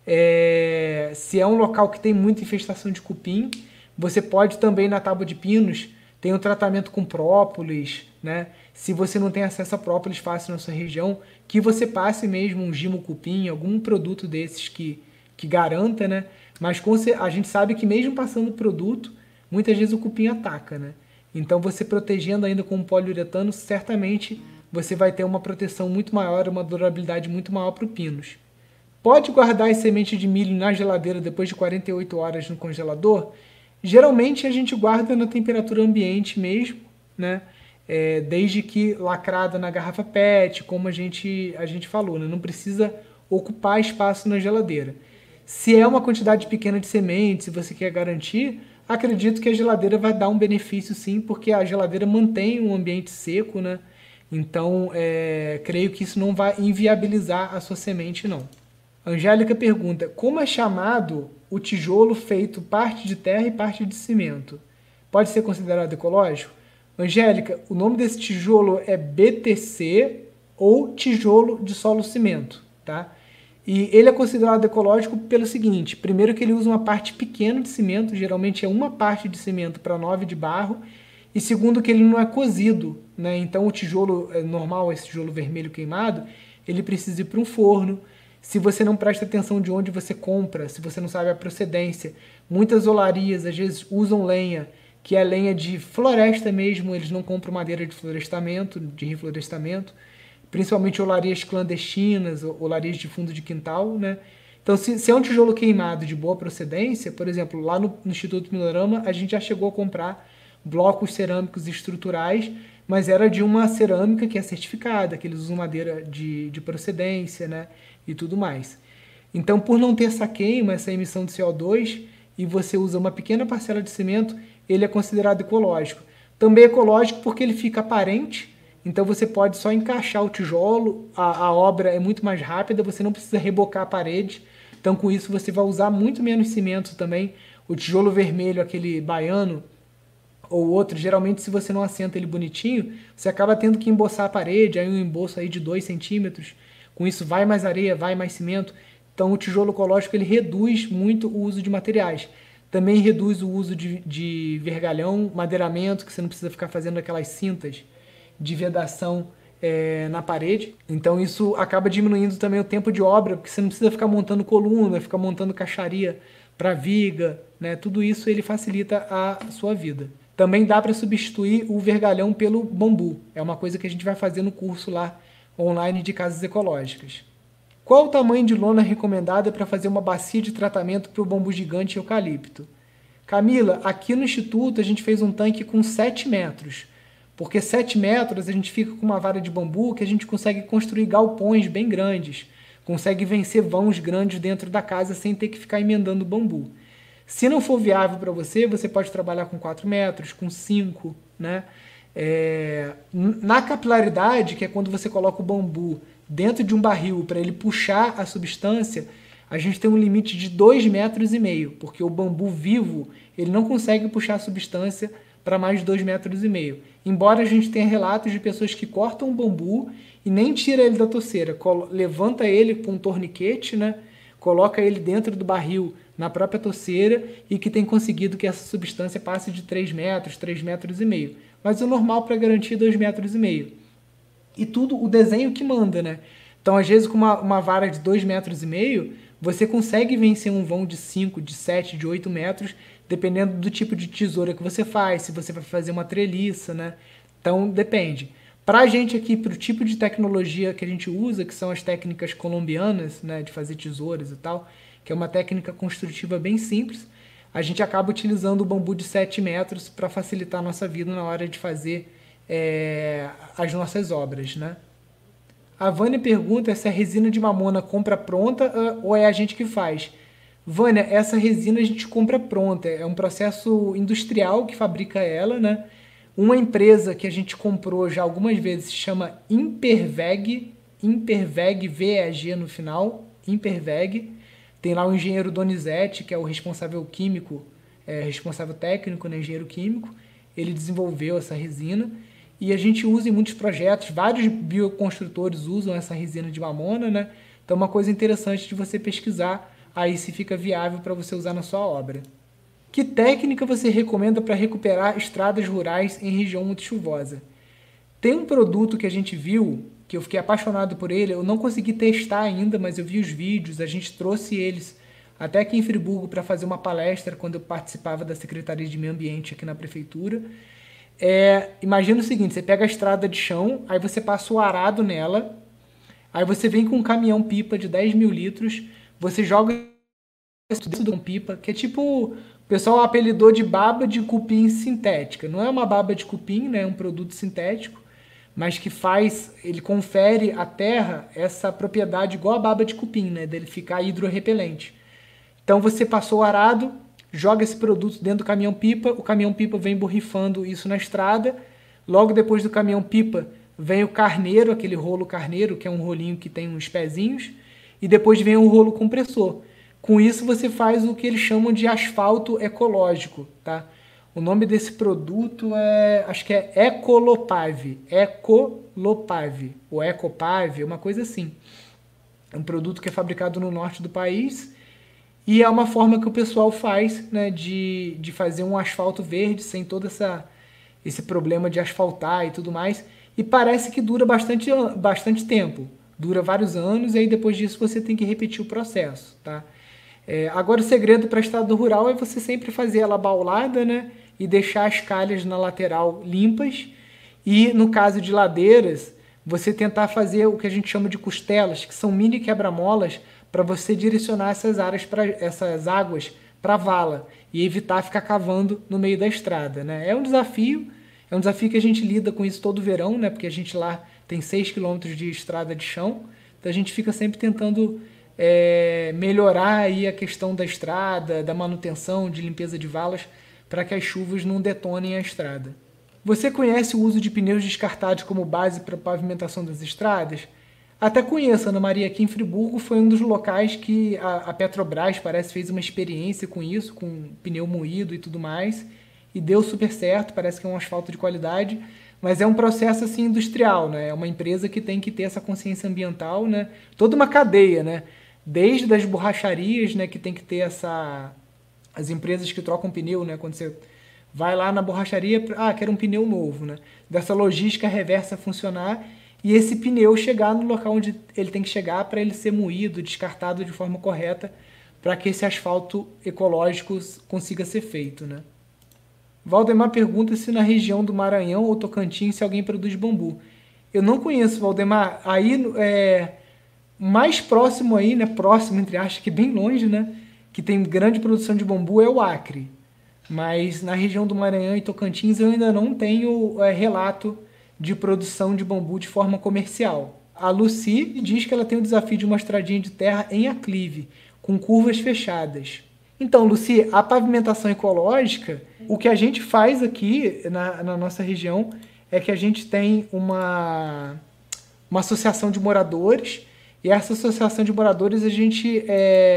se é um local que tem muita infestação de cupim, você pode também, na tábua de pinos, tem um tratamento com própolis, né? Se você não tem acesso a própolis fácil na sua região, que você passe mesmo um gimo cupim, algum produto desses que garanta, né? Mas a gente sabe que mesmo passando o produto, muitas vezes o cupim ataca, né? Então, você protegendo ainda com poliuretano, certamente você vai ter uma proteção muito maior, uma durabilidade muito maior para o pinos. Pode guardar as sementes de milho na geladeira depois de 48 horas no congelador? Geralmente a gente guarda na temperatura ambiente mesmo, né? Desde que lacrada na garrafa PET, como a gente falou, né? Não precisa ocupar espaço na geladeira. Se é uma quantidade pequena de sementes, se você quer garantir, acredito que a geladeira vai dar um benefício sim, porque a geladeira mantém um ambiente seco, né? Então, creio que isso não vai inviabilizar a sua semente, não. Angélica pergunta, como é chamado o tijolo feito parte de terra e parte de cimento? Pode ser considerado ecológico? Angélica, o nome desse tijolo é BTC ou tijolo de solo cimento, tá? E ele é considerado ecológico pelo seguinte, primeiro que ele usa uma parte pequena de cimento, geralmente é uma parte de cimento para 9 de barro, e segundo que ele não é cozido, né? Então o tijolo normal, esse tijolo vermelho queimado, ele precisa ir para um forno. Se você não presta atenção de onde você compra, se você não sabe a procedência, muitas olarias às vezes usam lenha, que é lenha de floresta mesmo, eles não compram madeira de florestamento, de reflorestamento, principalmente olarias clandestinas, olarias de fundo de quintal, né? Então, se é um tijolo queimado de boa procedência, por exemplo, lá no Instituto Pindorama, a gente já chegou a comprar blocos cerâmicos estruturais, mas era de uma cerâmica que é certificada, que eles usam madeira de procedência, né? E tudo mais. Então, por não ter essa queima, essa emissão de CO2, e você usa uma pequena parcela de cimento, ele é considerado ecológico. Também ecológico porque ele fica aparente, então você pode só encaixar o tijolo, a obra é muito mais rápida, você não precisa rebocar a parede, então com isso você vai usar muito menos cimento também. O tijolo vermelho, aquele baiano, ou outro, geralmente se você não assenta ele bonitinho, você acaba tendo que emboçar a parede, aí um embolso aí de 2 centímetros, com isso vai mais areia, vai mais cimento, então o tijolo ecológico ele reduz muito o uso de materiais. Também reduz o uso de vergalhão, madeiramento, que você não precisa ficar fazendo aquelas cintas de vedação na parede. Então isso acaba diminuindo também o tempo de obra, porque você não precisa ficar montando coluna, ficar montando caixaria para viga, né? Tudo isso ele facilita a sua vida. Também dá para substituir o vergalhão pelo bambu. É uma coisa que a gente vai fazer no curso lá online de casas ecológicas. Qual o tamanho de lona recomendada para fazer uma bacia de tratamento para o bambu gigante e eucalipto? Camila, aqui no Instituto a gente fez um tanque com 7 metros, porque 7 metros a gente fica com uma vara de bambu que a gente consegue construir galpões bem grandes, consegue vencer vãos grandes dentro da casa sem ter que ficar emendando bambu. Se não for viável para você, você pode trabalhar com 4 metros, com 5, né? Na capilaridade, que é quando você coloca o bambu dentro de um barril para ele puxar a substância, a gente tem um limite de 2,5 metros, porque o bambu vivo ele não consegue puxar a substância para mais de 2,5 metros. Embora a gente tenha relatos de pessoas que cortam o bambu e nem tira ele da toceira, levanta ele com um torniquete, né? Coloca ele dentro do barril na própria toceira e que tem conseguido que essa substância passe de 3 metros, 3,5 metros. Mas o normal para garantir 2,5 metros. E tudo o desenho que manda, né? Então, às vezes, com uma vara de 2,5 metros, você consegue vencer um vão de 5, de 7, de 8 metros, dependendo do tipo de tesoura que você faz, se você vai fazer uma treliça, né? Então, depende. Para a gente aqui, para o tipo de tecnologia que a gente usa, que são as técnicas colombianas, né, de fazer tesouras e tal, que é uma técnica construtiva bem simples, a gente acaba utilizando o bambu de 7 metros para facilitar a nossa vida na hora de fazer as nossas obras, né? A Vânia pergunta se a resina de mamona compra pronta ou é a gente que faz. Vânia, essa resina a gente compra pronta, é um processo industrial que fabrica ela, né? Uma empresa que a gente comprou já algumas vezes se chama Imperveg, VEG no final, Imperveg. Tem lá o engenheiro Donizete, que é o responsável químico, responsável técnico, né, engenheiro químico. Ele desenvolveu essa resina e a gente usa em muitos projetos, vários bioconstrutores usam essa resina de mamona, né? Então é uma coisa interessante de você pesquisar aí se fica viável para você usar na sua obra. Que técnica você recomenda para recuperar estradas rurais em região muito chuvosa? Tem um produto que a gente viu, que eu fiquei apaixonado por ele, eu não consegui testar ainda, mas eu vi os vídeos, a gente trouxe eles até aqui em Friburgo para fazer uma palestra quando eu participava da Secretaria de Meio Ambiente aqui na Prefeitura. Imagina o seguinte, você pega a estrada de chão, aí você passa o arado nela, aí você vem com um caminhão-pipa de 10 mil litros, você joga isso dentro de um pipa, que é tipo, o pessoal apelidou de baba de cupim sintética. Não é uma baba de cupim, né? É um produto sintético, mas que ele confere à terra essa propriedade igual a baba de cupim, né? Dele ficar hidrorrepelente. Então você passou o arado, joga esse produto dentro do caminhão-pipa, o caminhão-pipa vem borrifando isso na estrada, logo depois do caminhão-pipa vem o carneiro, aquele rolo carneiro, que é um rolinho que tem uns pezinhos, e depois vem o rolo compressor. Com isso você faz o que eles chamam de asfalto ecológico, tá? O nome desse produto acho que é Ecolopave, ou Ecopave, uma coisa assim. É um produto que é fabricado no norte do país e é uma forma que o pessoal faz, né, de fazer um asfalto verde sem todo esse problema de asfaltar e tudo mais. E parece que dura bastante tempo, dura vários anos e aí depois disso você tem que repetir o processo, tá? Agora o segredo para estado rural é você sempre fazer ela baulada, né? E deixar as calhas na lateral limpas. E no caso de ladeiras, você tentar fazer o que a gente chama de costelas, que são mini quebra-molas, para você direcionar essas águas para a vala e evitar ficar cavando no meio da estrada, né? É um desafio que a gente lida com isso todo verão, né? Porque a gente lá tem 6 quilômetros de estrada de chão, então a gente fica sempre tentando melhorar aí a questão da estrada, da manutenção, de limpeza de valas, para que as chuvas não detonem a estrada. Você conhece o uso de pneus descartados como base para pavimentação das estradas? Até conheço, Ana Maria, aqui em Friburgo foi um dos locais que a Petrobras parece fez uma experiência com isso, com pneu moído e tudo mais, e deu super certo, parece que é um asfalto de qualidade, mas é um processo assim industrial, né? É uma empresa que tem que ter essa consciência ambiental, né? Toda uma cadeia, né? Desde as borracharias, né, que tem que ter as empresas que trocam pneu, né, quando você vai lá na borracharia, quero um pneu novo, né, dessa logística reversa funcionar e esse pneu chegar no local onde ele tem que chegar para ele ser moído, descartado de forma correta, para que esse asfalto ecológico consiga ser feito, né. Valdemar pergunta se na região do Maranhão ou Tocantins se alguém produz bambu. Eu não conheço, Valdemar. Aí mais próximo aí, né, próximo entre aspas, que bem longe, né, que tem grande produção de bambu é o Acre. Mas na região do Maranhão e Tocantins eu ainda não tenho relato de produção de bambu de forma comercial. A Lucy diz que ela tem o desafio de uma estradinha de terra em aclive, com curvas fechadas. Então, Lucy, a pavimentação ecológica, o que a gente faz aqui na nossa região é que a gente tem uma associação de moradores, e essa associação de moradores a gente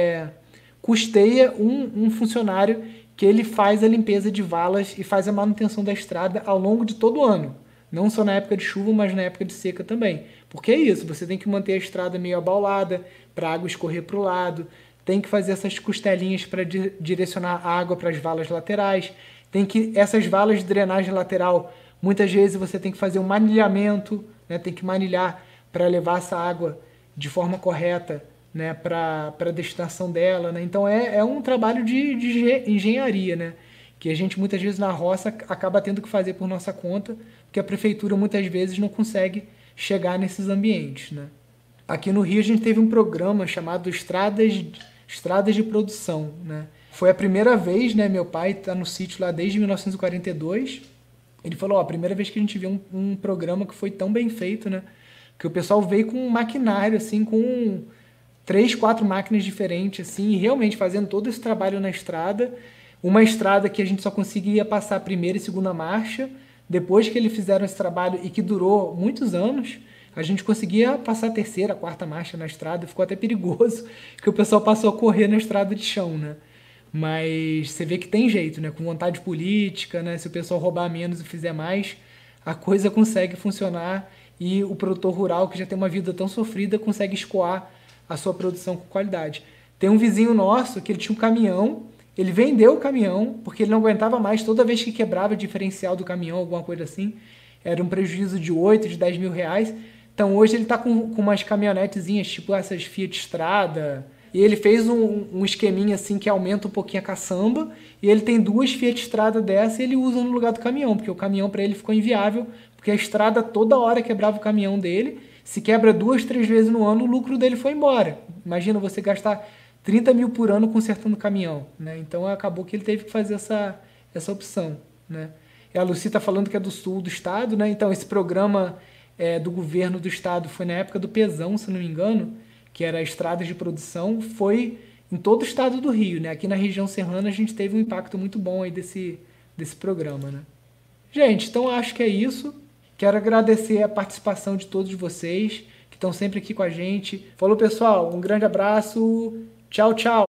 custeia um funcionário que ele faz a limpeza de valas e faz a manutenção da estrada ao longo de todo o ano. Não só na época de chuva, mas na época de seca também. Porque é isso, você tem que manter a estrada meio abaulada, para a água escorrer para o lado, tem que fazer essas costelinhas para direcionar a água para as valas laterais, tem que essas valas de drenagem lateral, muitas vezes você tem que fazer um manilhamento, né, tem que manilhar para levar essa água de forma correta, né, para a destinação dela, né? Então é um trabalho de engenharia, né, que a gente muitas vezes na roça acaba tendo que fazer por nossa conta, porque a prefeitura muitas vezes não consegue chegar nesses ambientes, né? Aqui no Rio a gente teve um programa chamado Estradas de Produção, né? Foi a primeira vez, né, meu pai está no sítio lá desde 1942, ele falou, ó, a primeira vez que a gente viu um programa que foi tão bem feito, né, que o pessoal veio com um maquinário, assim, com 3, 4 máquinas diferentes, assim, e realmente fazendo todo esse trabalho na estrada. Uma estrada que a gente só conseguia passar a primeira e segunda marcha. Depois que eles fizeram esse trabalho e que durou muitos anos, a gente conseguia passar a terceira, a quarta marcha na estrada. Ficou até perigoso, que o pessoal passou a correr na estrada de chão, né? Mas você vê que tem jeito, né? Com vontade política, né? Se o pessoal roubar menos e fizer mais, a coisa consegue funcionar e o produtor rural, que já tem uma vida tão sofrida, consegue escoar a sua produção com qualidade. Tem um vizinho nosso que ele tinha um caminhão, ele vendeu o caminhão porque ele não aguentava mais, toda vez que quebrava o diferencial do caminhão, alguma coisa assim, era um prejuízo de 8, de 10 mil reais. Então hoje ele está com umas caminhonetezinhas, tipo essas Fiat Strada, e ele fez um esqueminha assim que aumenta um pouquinho a caçamba, e ele tem 2 Fiat Strada dessa e ele usa no lugar do caminhão, porque o caminhão para ele ficou inviável, porque a estrada toda hora quebrava o caminhão dele. Se quebra 2, 3 vezes no ano, o lucro dele foi embora. Imagina você gastar 30 mil por ano consertando o caminhão, né? Então acabou que ele teve que fazer essa opção, né? E a Lucy está falando que é do sul do estado, né? Então esse programa do governo do estado foi na época do Pezão, se não me engano, que era estradas de produção, foi em todo o estado do Rio, né? Aqui na região serrana a gente teve um impacto muito bom aí desse programa, né? Gente, então acho que é isso. Quero agradecer a participação de todos vocês que estão sempre aqui com a gente. Falou, pessoal, um grande abraço. Tchau, tchau.